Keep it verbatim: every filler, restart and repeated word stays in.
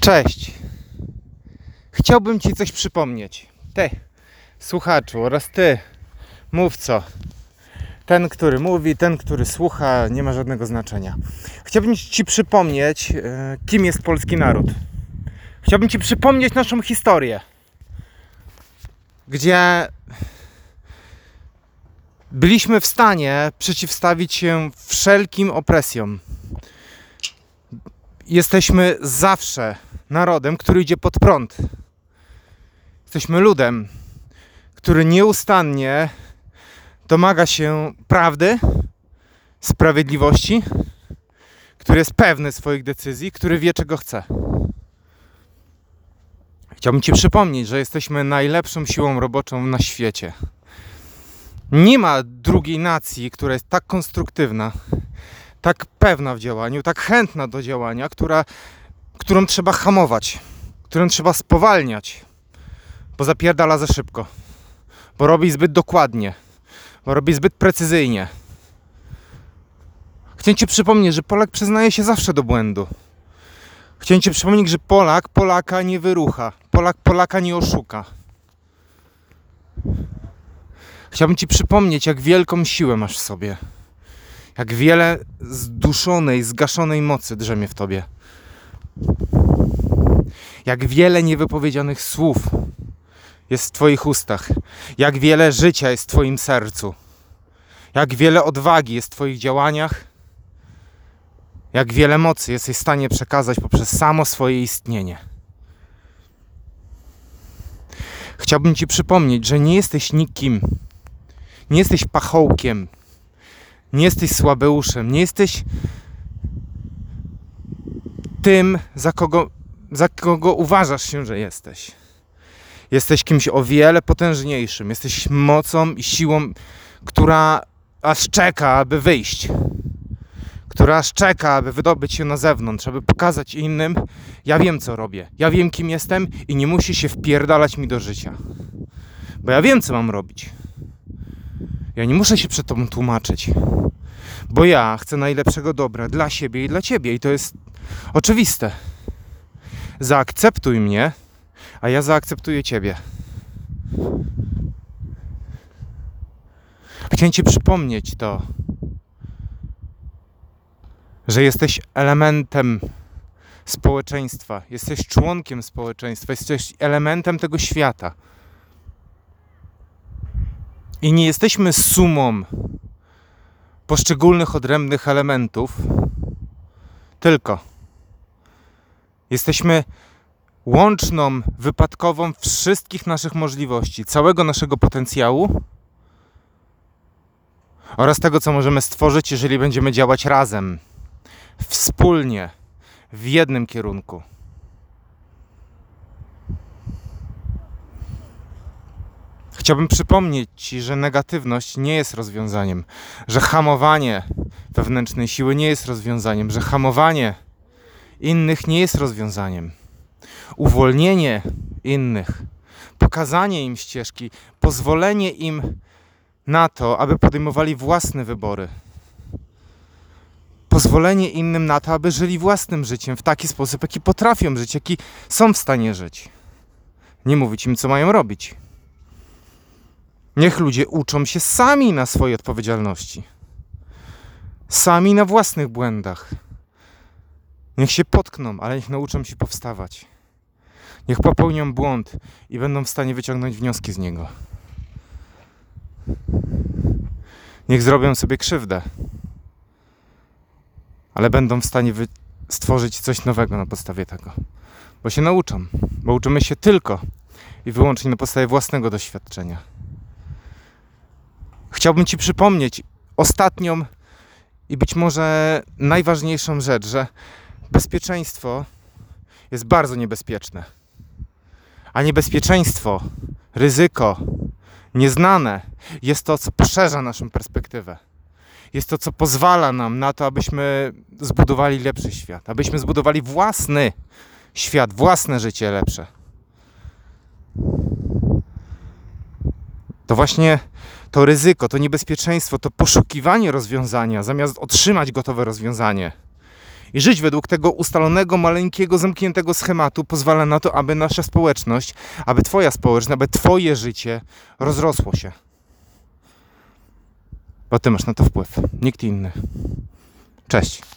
Cześć. Chciałbym Ci coś przypomnieć. Ty, słuchaczu, oraz Ty, mówco. Ten, który mówi, ten, który słucha, nie ma żadnego znaczenia. Chciałbym Ci przypomnieć, kim jest polski naród. Chciałbym Ci przypomnieć naszą historię, gdzie byliśmy w stanie przeciwstawić się wszelkim opresjom. Jesteśmy zawsze narodem, który idzie pod prąd. Jesteśmy ludem, który nieustannie domaga się prawdy, sprawiedliwości, który jest pewny swoich decyzji, który wie, czego chce. Chciałbym Ci przypomnieć, że jesteśmy najlepszą siłą roboczą na świecie. Nie ma drugiej nacji, która jest tak konstruktywna, tak pewna w działaniu, tak chętna do działania, która, którą trzeba hamować, którą trzeba spowalniać, bo zapierdala za szybko, bo robi zbyt dokładnie, bo robi zbyt precyzyjnie. Chciałem Ci przypomnieć, że Polak przyznaje się zawsze do błędu. Chciałem Ci przypomnieć, że Polak Polaka nie wyrucha, Polak Polaka nie oszuka. Chciałbym Ci przypomnieć, jak wielką siłę masz w sobie. Jak wiele zduszonej, zgaszonej mocy drzemie w Tobie. Jak wiele niewypowiedzianych słów jest w Twoich ustach. Jak wiele życia jest w Twoim sercu. Jak wiele odwagi jest w Twoich działaniach. Jak wiele mocy jesteś w stanie przekazać poprzez samo swoje istnienie. Chciałbym Ci przypomnieć, że nie jesteś nikim. Nie jesteś pachołkiem. Nie jesteś słabeuszem. Nie jesteś tym, za kogo, za kogo uważasz się, że jesteś. Jesteś kimś o wiele potężniejszym. Jesteś mocą i siłą, która aż czeka, aby wyjść. Która aż czeka, aby wydobyć się na zewnątrz, aby pokazać innym: ja wiem, co robię. Ja wiem, kim jestem i nie musi się wpierdalać mi do życia. Bo ja wiem, co mam robić. Ja nie muszę się przed Tobą tłumaczyć. Bo ja chcę najlepszego dobra dla siebie i dla Ciebie. I to jest oczywiste. Zaakceptuj mnie, a ja zaakceptuję Ciebie. Chciałem Ci przypomnieć to, że jesteś elementem społeczeństwa. Jesteś członkiem społeczeństwa. Jesteś elementem tego świata. I nie jesteśmy sumą poszczególnych odrębnych elementów, tylko jesteśmy łączną, wypadkową wszystkich naszych możliwości, całego naszego potencjału oraz tego, co możemy stworzyć, jeżeli będziemy działać razem, wspólnie, w jednym kierunku. Chciałbym przypomnieć Ci, że negatywność nie jest rozwiązaniem, że hamowanie wewnętrznej siły nie jest rozwiązaniem, że hamowanie innych nie jest rozwiązaniem. Uwolnienie innych, pokazanie im ścieżki, pozwolenie im na to, aby podejmowali własne wybory. Pozwolenie innym na to, aby żyli własnym życiem w taki sposób, jaki potrafią żyć, jaki są w stanie żyć. Nie mówić im, co mają robić. Niech ludzie uczą się sami na swojej odpowiedzialności. Sami na własnych błędach. Niech się potkną, ale niech nauczą się powstawać. Niech popełnią błąd i będą w stanie wyciągnąć wnioski z niego. Niech zrobią sobie krzywdę, ale będą w stanie wy- stworzyć coś nowego na podstawie tego. Bo się nauczą. Bo uczymy się tylko i wyłącznie na podstawie własnego doświadczenia. Chciałbym Ci przypomnieć ostatnią i być może najważniejszą rzecz, że bezpieczeństwo jest bardzo niebezpieczne. A niebezpieczeństwo, ryzyko, nieznane jest to, co poszerza naszą perspektywę. Jest to, co pozwala nam na to, abyśmy zbudowali lepszy świat, abyśmy zbudowali własny świat, własne życie lepsze. To właśnie to ryzyko, to niebezpieczeństwo, to poszukiwanie rozwiązania, zamiast otrzymać gotowe rozwiązanie I żyć według tego ustalonego, maleńkiego, zamkniętego schematu pozwala na to, aby nasza społeczność, aby twoja społeczność, aby twoje życie rozrosło się. Bo ty masz na to wpływ, nikt inny. Cześć.